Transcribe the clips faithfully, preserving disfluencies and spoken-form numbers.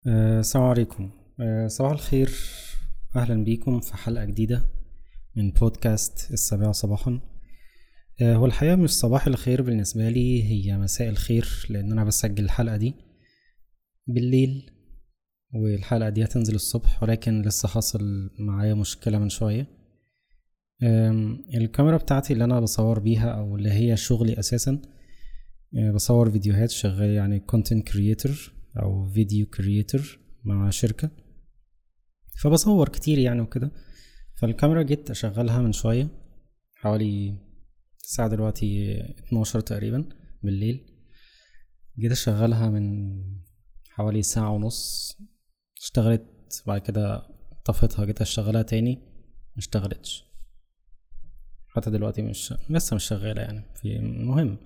أه، السلام عليكم. أه، صباح الخير. أهلا بيكم في حلقة جديدة من بودكاست السابعة صباحا. أه، هو الحقيقة مش صباح الخير بالنسبة لي، هي مساء الخير، لأن أنا بسجل الحلقة دي بالليل والحلقة دي هتنزل الصبح، ولكن لسه حصل معايا مشكلة من شوية. أم، الكاميرا بتاعتي اللي أنا بصور بيها أو اللي هي شغلي أساسا، أه، بصور فيديوهات، شغال يعني content creator أو فيديو creator مع شركة، فبصور كتير يعني وكده. فالكاميرا جيت اشغلها من شوية، حوالي الساعة دلوقتي اتناشر تقريبا بالليل. جيت اشغلها من حوالي ساعة ونص، اشتغلت، بعد كده طفتها، جيت اشتغلها تاني مشتغلتش، حتى دلوقتي مش لسه مش شغالة يعني. في المهم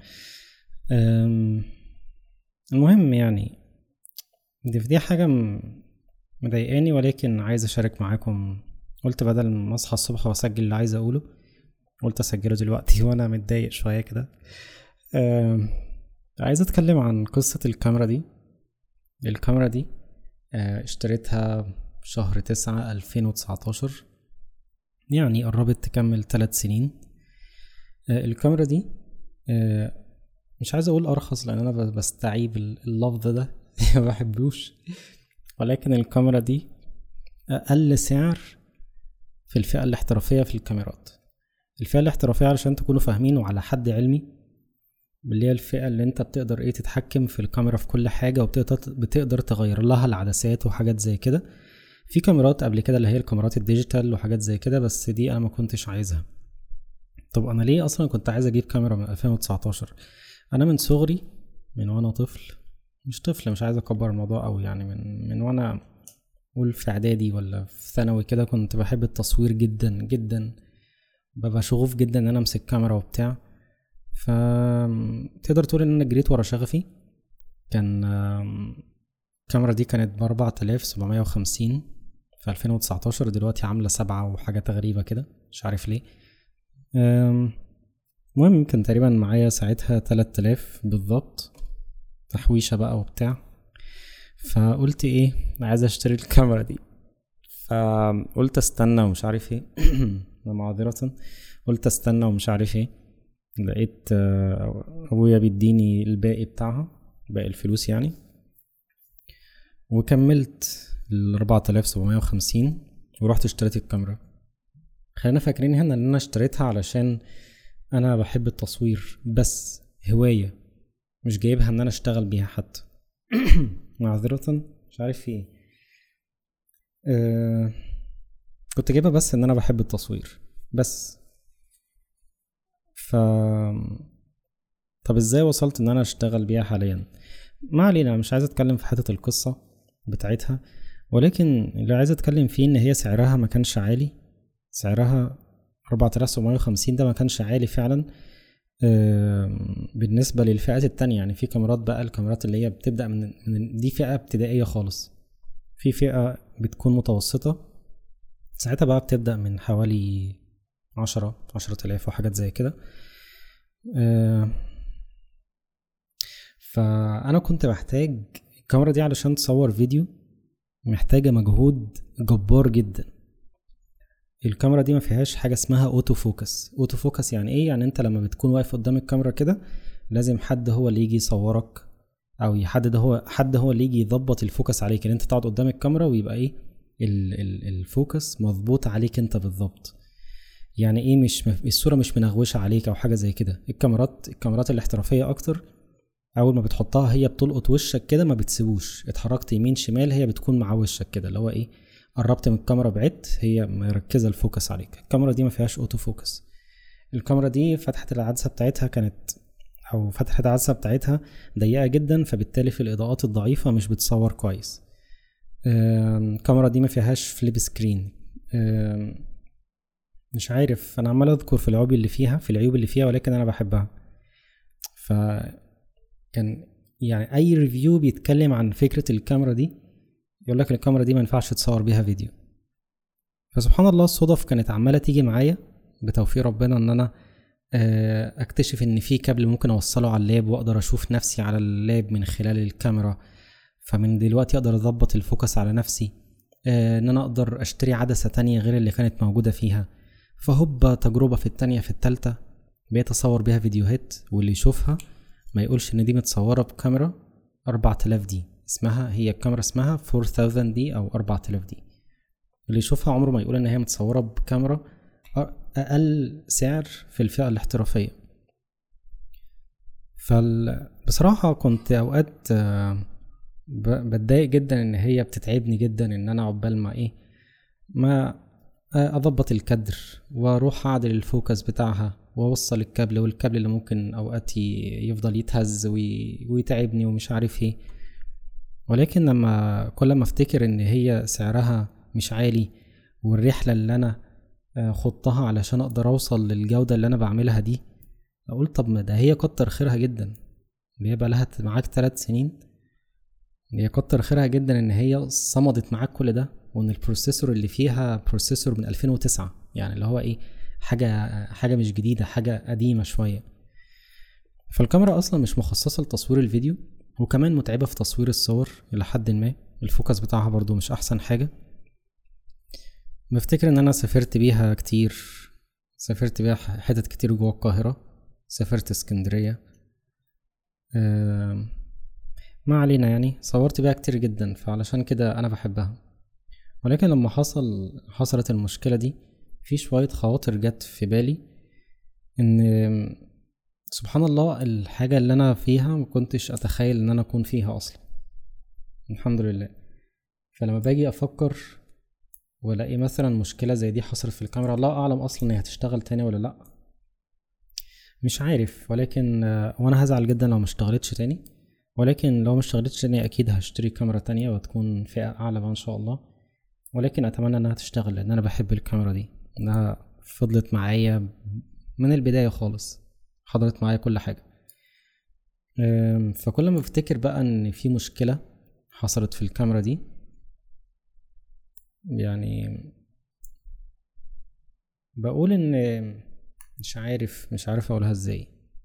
أم، المهم يعني دي دي حاجة م- مضايقاني، ولكن عايز اشارك معاكم. قلت بدل ما اصحى الصبح واسجل اللي عايز اقوله، قلت اسجله دلوقتي وانا متضايق شويه كده. آه عايز اتكلم عن قصه الكاميرا دي. الكاميرا دي آه اشتريتها شهر تسعة الفين وتسعتاشر، يعني قربت تكمل ثلاث سنين. آه الكاميرا دي آه مش عايز اقول ارخص لان انا ب- بستعيب اللفظ ده ما بحبوش، ولكن الكاميرا دي اقل سعر في الفئه الاحترافيه في الكاميرات. الفئه الاحترافيه علشان تكونوا فاهمين وعلى حد علمي، اللي هي الفئة اللي انت بتقدر ايه تتحكم في الكاميرا في كل حاجة، وبتقدر بتقدر تغير لها العدسات وحاجات زي كده. في كاميرات قبل كده اللي هي الكاميرات الديجيتال وحاجات زي كده، بس دي انا ما كنتش عايزها. طب انا ليه اصلا كنت عايز اجيب كاميرا من الفين وتسعتاشر؟ انا من صغري، من وانا طفل، مش طفل، مش عايز اكبر الموضوع قوي يعني، من من وانا قول في اعدادي ولا في ثانوي كده، كنت بحب التصوير جدا جدا، ببقى شغوف جدا ان انا امسك كاميرا وبتاع. ف تقدر تقول ان انا جريت ورا شغفي. كان آم، الكاميرا دي كانت باربعة آلاف سبعمية وخمسين في الفين وتسعتاشر، دلوقتي عاملة سبعة وحاجات غريبة كده، مش عارف ليه. آم، المهم كان تقريبا معايا ساعتها تلات آلاف بالظبط، تحويشة بقى وبتاع. فقلت ايه، عايز اشتري الكاميرا دي. فقلت استنى ومش عارف ايه معذرة، قلت استنى ومش عارف ايه. لقيت آه، ابويا بيديني الباقي بتاعها، باقي الفلوس يعني، وكملت ال اربعة آلاف سبعمية وخمسين ورحت اشتريت الكاميرا. خلينا فاكرين هنا ان انا اشتريتها علشان انا بحب التصوير بس، هواية، مش جايبها ان انا اشتغل بيها حتى. معذرة، مش عارف في ايه. أه كنت جايبها بس ان انا بحب التصوير بس. ف طب ازاي وصلت ان انا اشتغل بيها حاليا؟ ما علينا، مش عايز اتكلم في حتة القصة بتاعتها، ولكن اللي عايز اتكلم فيه ان هي سعرها ما كانش عالي. سعرها اربعة آلاف سبعمية وخمسين، ده ما كانش عالي فعلا. آم، بالنسبة للفئات التانية يعني، في كاميرات بقى، الكاميرات اللي هي بتبدأ من, من دي فئة ابتدائية خالص، في فئة بتكون متوسطة، ساعتها بقى بتبدأ من حوالي عشرة عشرة آلاف وحاجات زي كده. آم، فأنا كنت محتاج الكاميرا دي علشان تصور فيديو، محتاجة مجهود جبار جدا. الكاميرا دي ما فيهاش حاجة اسمها اوتو فوكس. اوتو فوكس يعني ايه؟ يعني انت لما بتكون واقف قدام الكاميرا كده، لازم حد هو اللي يجي يصورك، او يحدد، هو حد هو اللي يجي يضبط الفوكس عليك، ان انت تقعد قدام الكاميرا ويبقى ايه ال ال الفوكس مظبوط عليك انت بالظبط. يعني ايه؟ مش الصورة مش منغوشة عليك او حاجة زي كده. الكاميرات الكاميرات الاحترافية اكتر، اول ما بتحطها هي بتلقط وشك كده، ما بتسيبوش، اتحركت يمين شمال هي بتكون مع وشك كده، اللي هو ايه، قربت من الكاميرا بعدت، هي مركزه الفوكس عليك. الكاميرا دي ما فيهاش اوتو فوكس. الكاميرا دي فتحه العدسه بتاعتها كانت، او فتحه العدسه بتاعتها ضيقه جدا، فبالتالي في الاضاءات الضعيفه مش بتصور كويس. آم، الكاميرا دي ما فيهاش فليب سكرين. آم، مش عارف، انا عمال اذكر في العيوب اللي فيها في العيوب اللي فيها ولكن انا بحبها. فكان يعني اي ريفيو بيتكلم عن فكره الكاميرا دي يقول لك الكاميرا دي ما ينفعش تصور بيها فيديو. فسبحان الله الصدف كانت عماله تيجي معايا بتوفيق ربنا، ان انا آه، اكتشف ان في كابل ممكن اوصله على اللاب واقدر اشوف نفسي على اللاب من خلال الكاميرا. فمن دلوقتي اقدر اضبط الفوكس على نفسي، آه ان انا اقدر اشتري عدسة تانية غير اللي كانت موجودة فيها. فهوب تجربة في التانية في التالتة بقيت اصور بيها فيديوهات، واللي يشوفها ما يقولش ان دي متصورة بكاميرا أربعة آلاف دي، اسمها هي الكاميرا اسمها أربعة آلاف دي او أربعة آلاف دي. اللي يشوفها عمره ما يقول ان هي متصورة بكاميرا اقل سعر في الفئة الاحترافية. فبصراحة كنت اوقات بتضايق جدا ان هي بتتعبني جدا، ان انا عقبال ما ايه ما اضبط الكادر واروح اعدل الفوكس بتاعها واوصل الكابل، والكابل اللي ممكن اوقات يفضل يتهز ويتعبني ومش عارف ايه. ولكن لما كل ما افتكر ان هي سعرها مش عالي، والرحلة اللي انا خدتها علشان اقدر اوصل للجودة اللي انا بعملها دي، اقول طب ما ده هي كتر خيرها جدا، اللي هي بقى لها معاك ثلاث سنين، هي كتر خيرها جدا ان هي صمدت معاك كل ده، وان البروسيسور اللي فيها بروسيسور من ألفين وتسعة، يعني اللي هو ايه حاجة حاجة مش جديدة، حاجة قديمة شوية. فالكاميرا اصلا مش مخصصة لتصوير الفيديو، وكمان متعبة في تصوير الصور الى حد ما، الفوكس بتاعها برضو مش احسن حاجة. مفتكر ان انا سافرت بيها كتير، سافرت بيها حتت كتير جوه القاهرة، سافرت اسكندرية، أه ما علينا، يعني صورت بيها كتير جدا، فعلشان كده انا بحبها. ولكن لما حصل حصلت المشكلة دي، في شوية خواطر جت في بالي ان سبحان الله الحاجة اللي انا فيها مكنتش اتخيل ان انا اكون فيها اصلا، الحمد لله. فلما باجي افكر ولاقي مثلا مشكلة زي دي حصلت في الكاميرا، الله اعلم اصلا هي هتشتغل تاني ولا لا، مش عارف. ولكن وانا هزعل جدا لو مشتغلتش تاني، ولكن لو مشتغلتش تاني اكيد هشتري كاميرا تانية وتكون فئة اعلى بقى ان شاء الله. ولكن اتمنى انها تشتغل، لان انا بحب الكاميرا دي، انها فضلت معايا من البداية خالص، حضرت معايا كل حاجة. فكل ما بفتكر بقى ان في مشكلة حصلت في الكاميرا دي، يعني بقول ان مش عارف مش عارف اقولها ازاي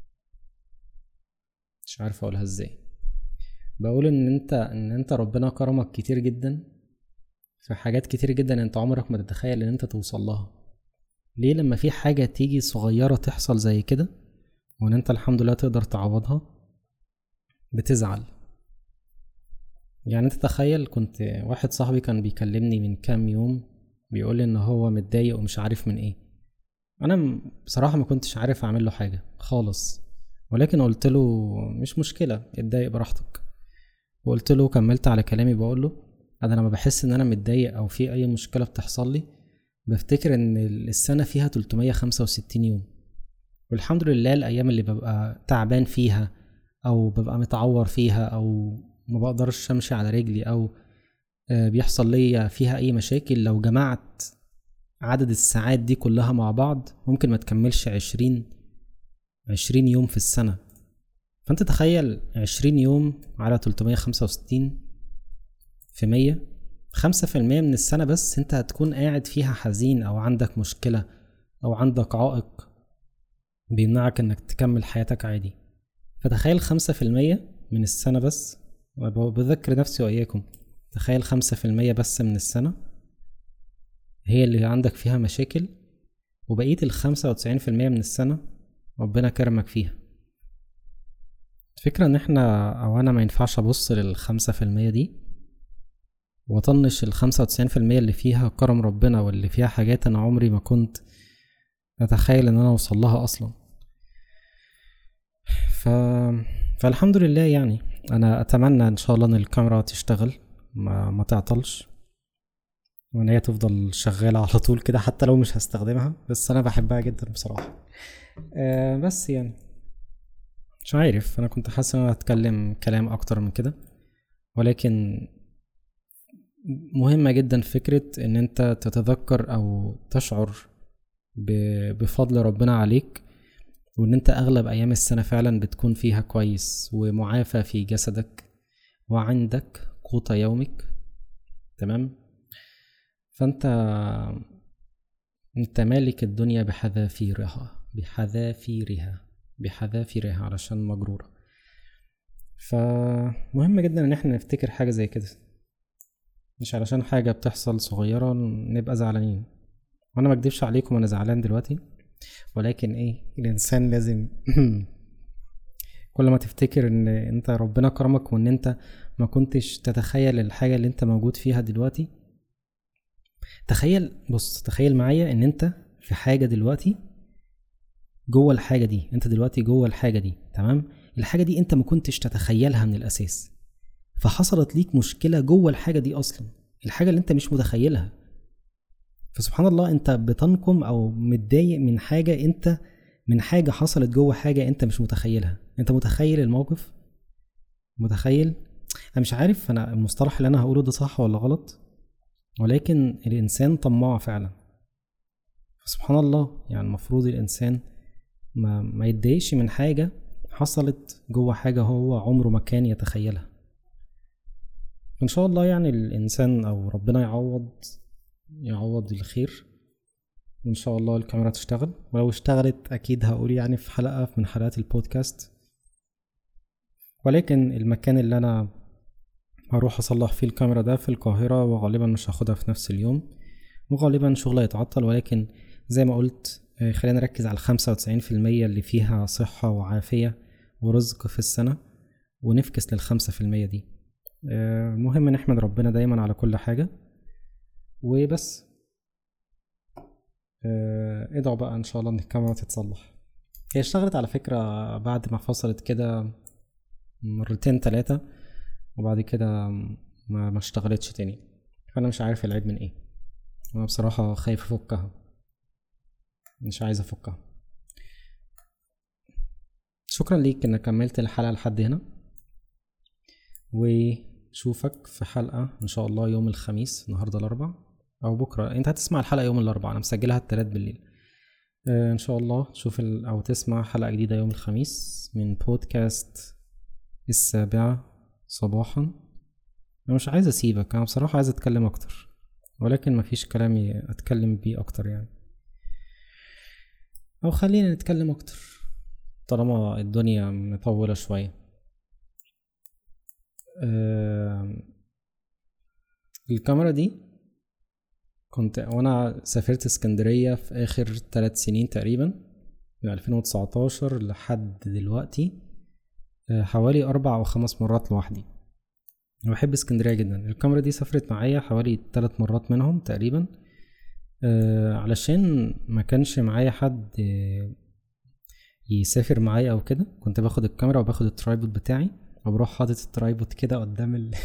مش عارف اقولها ازاي بقول ان انت ان انت ربنا كرمك كتير جدا في حاجات كتير جدا انت عمرك ما تتخيل ان انت توصل لها. ليه؟ لما في حاجة تيجي صغيرة تحصل زي كده وان انت الحمد لله تقدر تعوضها بتزعل. يعني انت تخيل، كنت واحد صاحبي كان بيكلمني من كام يوم بيقول لي ان هو متضايق ومش عارف من ايه. انا بصراحة ما كنتش عارف اعمل له حاجة خالص، ولكن قلت له مش مشكلة، اتضايق براحتك. وقلت له كملت على كلامي بقول له انا لما بحس ان انا متضايق او في اي مشكلة بتحصل لي بفتكر ان السنة فيها تلتمية وخمسة وستين يوم، والحمد لله الايام اللي ببقى تعبان فيها او ببقى متعور فيها او ما بقدرش امشي على رجلي او بيحصل لي فيها اي مشاكل، لو جمعت عدد الساعات دي كلها مع بعض ممكن ما تكملش عشرين عشرين يوم في السنة. فانت تخيل عشرين يوم على تلتمية وخمسة وستين في مية، خمسة في المية من السنة بس انت هتكون قاعد فيها حزين او عندك مشكلة او عندك عائق بيمنعك انك تكمل حياتك عادي. فتخيل خمسة في المية من السنة بس، وبذكر نفسي وإياكم، تخيل خمسة في المية بس من السنة هي اللي عندك فيها مشاكل، وبقية الخمسة وتسعين في المية من السنة ربنا كرمك فيها. الفكرة ان احنا او انا ما ينفعش ابص للخمسة في المية دي وطنش الخمسة وتسعين في المية اللي فيها كرم ربنا، واللي فيها حاجات انا عمري ما كنت اتخيل ان انا اوصل لها اصلا. ف... فالحمد لله، يعني انا اتمنى ان شاء الله ان الكاميرا تشتغل ما, ما تعطلش، وان هي تفضل شغالة على طول كده حتى لو مش هستخدمها، بس انا بحبها جدا بصراحة. أه بس يعني مش عارف، انا كنت حاسس ان انا هتكلم كلام اكتر من كده، ولكن مهمة جدا فكرة ان انت تتذكر او تشعر بفضل ربنا عليك، وان انت اغلب ايام السنة فعلا بتكون فيها كويس ومعافى في جسدك وعندك قوت يومك. تمام. فانت انت مالك الدنيا بحذافيرها بحذافيرها بحذافيرها علشان مجرورة. فمهم جدا ان احنا نفتكر حاجة زي كده، مش علشان حاجة بتحصل صغيرة نبقى زعلانين. وانا ما اكدبش عليكم انا زعلان دلوقتي، ولكن ايه، الانسان لازم كل ما تفتكر ان انت ربنا كرمك وان انت ما كنتش تتخيل الحاجة اللي انت موجود فيها دلوقتي. تخيل، بص تخيل معايا ان انت في حاجة دلوقتي، جوه الحاجة دي، انت دلوقتي جوه الحاجة دي، تمام؟ الحاجة دي انت ما كنتش تتخيلها من الاساس، فحصلت ليك مشكلة جوه الحاجة دي اصلا، الحاجة اللي انت مش متخيلها. فسبحان الله انت بتنقم او متضايق من حاجة، انت من حاجة حصلت جوه حاجة انت مش متخيلها. انت متخيل الموقف؟ متخيل؟ انا مش عارف انا المصطلح اللي انا هقوله ده صح ولا غلط، ولكن الانسان طماع فعلا. فسبحان الله، يعني المفروض الانسان ما, ما يتضايقش من حاجة حصلت جوه حاجة هو عمره ما كان يتخيلها. ان شاء الله يعني الانسان او ربنا يعوض يعوض الخير، ان شاء الله الكاميرا تشتغل، ولو اشتغلت اكيد هقول يعني في حلقة من حلقات البودكاست. ولكن المكان اللي انا هروح اصلح فيه الكاميرا ده في القاهرة، وغالبا مش هاخدها في نفس اليوم، وغالبا شغلي يتعطل. ولكن زي ما قلت خلينا نركز على الخمسة وتسعين في المية اللي فيها صحة وعافية ورزق في السنة، ونفكس للخمسة في المية دي. المهم نحمد ربنا دايما على كل حاجة وبس. ادعوا بقى ان شاء الله ان الكاميرا تتصلح. هي اشتغلت على فكرة بعد ما فصلت كده مرتين تلاتة، وبعد كده ما, ما اشتغلتش تاني، فانا مش عارف العيب من ايه. انا بصراحة خايف افكها، مش عايز افكها. شكرا ليك انك كملت الحلقة لحد هنا، وشوفك في حلقة ان شاء الله يوم الخميس، النهاردة الاربع او بكرة، انت هتسمع الحلقة يوم الاربع، انا مسجلها التلات بالليل. اه ان شاء الله تشوف ال... او تسمع حلقة جديدة يوم الخميس من بودكاست السابعة صباحا. انا مش عايز اسيبك، انا بصراحة عايز اتكلم اكتر، ولكن مفيش كلامي اتكلم بيه اكتر يعني، او خلينا نتكلم اكتر طالما الدنيا مطولة شوية. أه... الكاميرا دي كنت وانا سافرت اسكندرية في اخر ثلاث سنين تقريبا، من ألفين وتسعتاشر لحد دلوقتي، أه حوالي اربع او خمس مرات لوحدي. انا بحب اسكندرية جدا. الكاميرا دي سافرت معايا حوالي ثلاث مرات منهم تقريبا، أه علشان ما كانش معايا حد يسافر معايا او كده. كنت باخد الكاميرا وباخد الترايبود بتاعي وبروح حاطط الترايبود كده قدام ال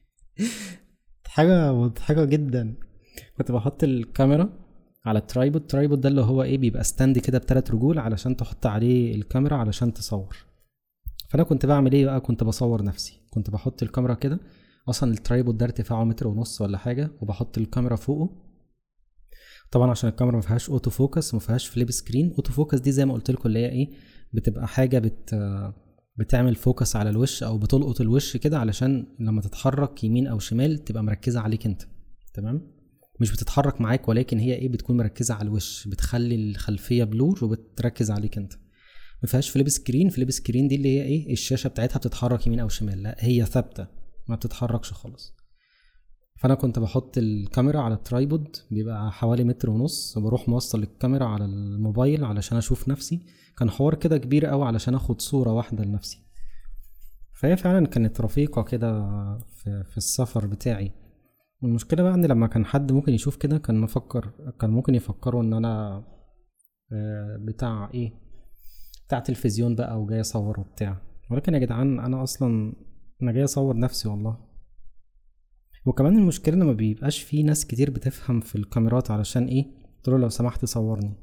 حاجه مضحكه جدا. كنت بحط الكاميرا على الترايبود. الترايبود ده اللي هو ايه، بيبقى ستاند كده بثلاث رجول علشان تحط عليه الكاميرا علشان تصور. فانا كنت بعمل ايه بقى، كنت بصور نفسي. كنت بحط الكاميرا كده، اصلا الترايبود ده ارتفاعه متر ونص ولا حاجه، وبحط الكاميرا فوقه. طبعا عشان الكاميرا ما فيهاش اوتو فوكس، ما فيهاش فليب سكرين. اوتو فوكس دي زي ما قلت لكم اللي هي ايه، بتبقى حاجه بت بتعمل فوكس على الوش او بتلقط الوش كده علشان لما تتحرك يمين او شمال تبقى مركزه عليك انت، تمام؟ مش بتتحرك معاك، ولكن هي ايه، بتكون مركزه على الوش، بتخلي الخلفيه بلور وبتركز عليك انت. ما فيهاش فليب سكرين. فليب سكرين دي اللي هي ايه، الشاشه بتاعتها بتتحرك يمين او شمال، لا هي ثابته ما بتتحركش خالص. فانا كنت بحط الكاميرا على الترايبود، بيبقى حوالي متر ونص، وبروح موصل الكاميرا على الموبايل علشان اشوف نفسي. كان حوار كده كبير قوي علشان اخد صورة واحدة لنفسي. فهي فعلا كانت رفيقة كده في, في السفر بتاعي. المشكلة بقى ان لما كان حد ممكن يشوف كده كان مفكر كان ممكن يفكروا ان انا بتاع ايه، بتاع تلفزيون بقى وجاي اصور وبتاع. ولكن يا جدعان انا اصلا انا جاي اصور نفسي والله. وكمان المشكلة ان ما بيبقاش في ناس كتير بتفهم في الكاميرات، علشان ايه، تقول لو سمحت صورني.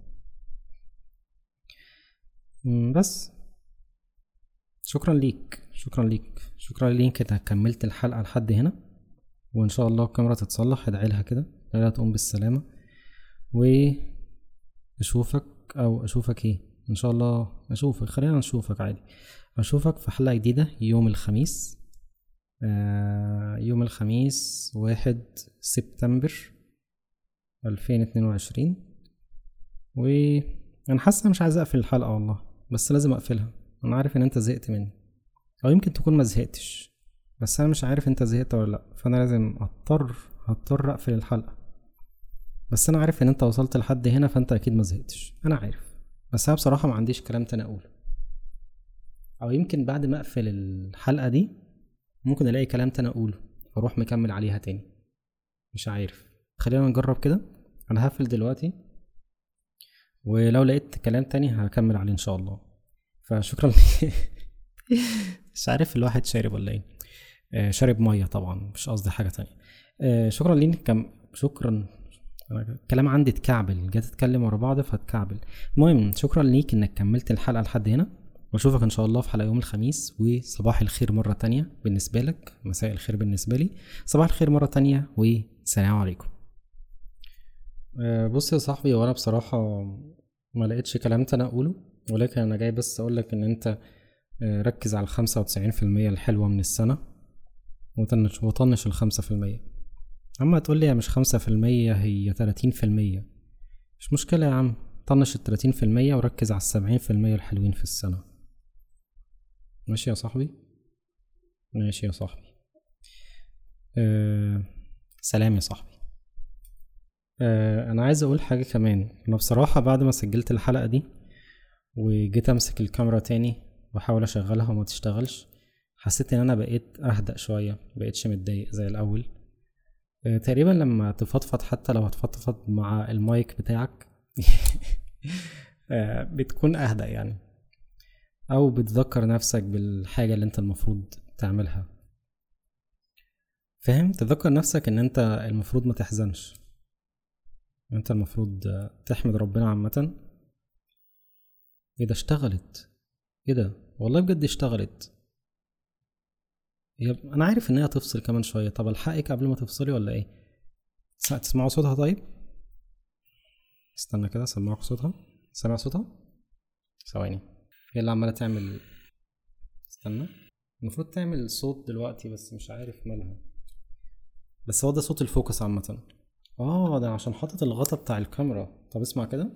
بس شكرا ليك شكرا ليك شكرا ليك انك كملت الحلقة لحد هنا، وان شاء الله الكاميرا تتصلح. ادعي لها كده، ادعي لها تقوم بالسلامة، واشوفك او اشوفك ايه ان شاء الله اشوفك خلينا نشوفك عادي. اشوفك في حلقة جديدة يوم الخميس، آه يوم الخميس واحد سبتمبر ألفين اتنين وعشرين. وانا حاسس مش عايز اقفل الحلقة والله، بس لازم اقفلها. انا عارف ان انت زهقت مني، او يمكن تكون ما زهقتش، بس انا مش عارف انت زهقت ولا لا، فانا لازم اضطر هضطر اقفل الحلقة. بس انا عارف ان انت وصلت لحد هنا، فانت اكيد ما زهقتش، انا عارف. بس انا بصراحة ما عنديش كلام تاني اقوله، او يمكن بعد ما اقفل الحلقة دي ممكن الاقي كلام تاني اقوله واروح مكمل عليها تاني، مش عارف. خلينا نجرب كده. انا هقفل دلوقتي، ولو لقيت كلام تاني هكمل عليه ان شاء الله. فشكرا لك. مش عارف الواحد شارب ولا ايه. آه شارب ميه طبعا، مش قصدي حاجه تانية. آه شكرا ليك كم شكرا. الكلام عندي اتكعبل، جيت اتكلم ورا بعض فاتكعبل. المهم شكرا ليك انك كملت الحلقه لحد هنا، واشوفك ان شاء الله في حلقه يوم الخميس. وصباح الخير مره تانية بالنسبه لك، مساء الخير بالنسبه لي، صباح الخير مره تانية، والسلام عليكم. أه بص يا صاحبي، وانا بصراحه ما لقيتش كلام تاني اقوله، ولكن انا جاي بس اقولك ان انت أه ركز على الخمسة وتسعين في المية الحلوه من السنه، وطنش وطنش الخمسة في المية. اما تقولي يا مش خمسة في المية هي تلاتين في المية، مش مشكله يا عم، طنش التلاتين في المية وركز على السبعين في المية الحلوين في السنه. ماشي يا صاحبي، ماشي يا صاحبي. أه سلام يا صاحبي. أه انا عايز اقول حاجه كمان. انا بصراحه بعد ما سجلت الحلقه دي وجيت امسك الكاميرا تاني واحاول اشغلها وما تشتغلش، حسيت ان انا بقيت اهدأ شويه، بقيتش متضايق زي الاول. أه تقريبا لما تفضفض، حتى لو هتفضفض مع المايك بتاعك أه بتكون اهدأ يعني، او بتذكر نفسك بالحاجه اللي انت المفروض تعملها. فاهم؟ تذكر نفسك ان انت المفروض ما تحزنش، انت المفروض تحمد ربنا عامه. ايه ده اشتغلت؟ ايه ده والله بجد اشتغلت. يب... انا عارف ان هي هتفصل كمان شويه. طب الحقك قبل ما تفصلي ولا ايه؟ تسمعوا صوتها؟ طيب استنى كده سمعوا صوتها. سمع صوتها؟ ثواني. هي اللي عماله تعمل، استنى، المفروض تعمل صوت دلوقتي بس مش عارف مالها. بس هو ده صوت الفوكس عامه. اه ده عشان حاطط الغطا بتاع الكاميرا. طب اسمع كده.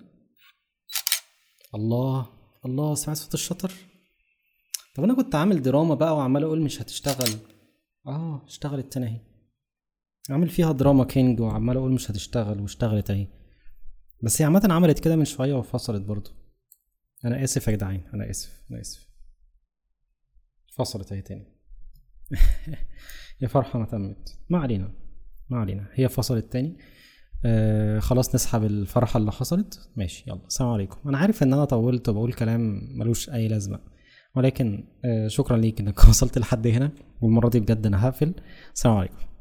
الله الله، سمعت صوت الشطر؟ طب انا كنت عامل دراما بقى وعمال اقول مش هتشتغل. اه اشتغلت تاني اهي. عامل فيها دراما كينج وعمال اقول مش هتشتغل واشتغلت اهي. بس هي عامه عملت كده من شويه وفصلت برضو. انا اسف يا جدعان، انا اسف انا اسف. فصلت اهي تاني. يا فرحه ما تمت. ما علينا ما علينا، هي فصلت تاني. آه خلاص نسحب الفرحه اللي حصلت. ماشي يلا السلام عليكم. انا عارف ان انا طولت وبقول كلام ملوش اي لازمه، ولكن آه شكرا ليك انك وصلت لحد هنا، والمره دي بجد انا هقفل. السلام عليكم.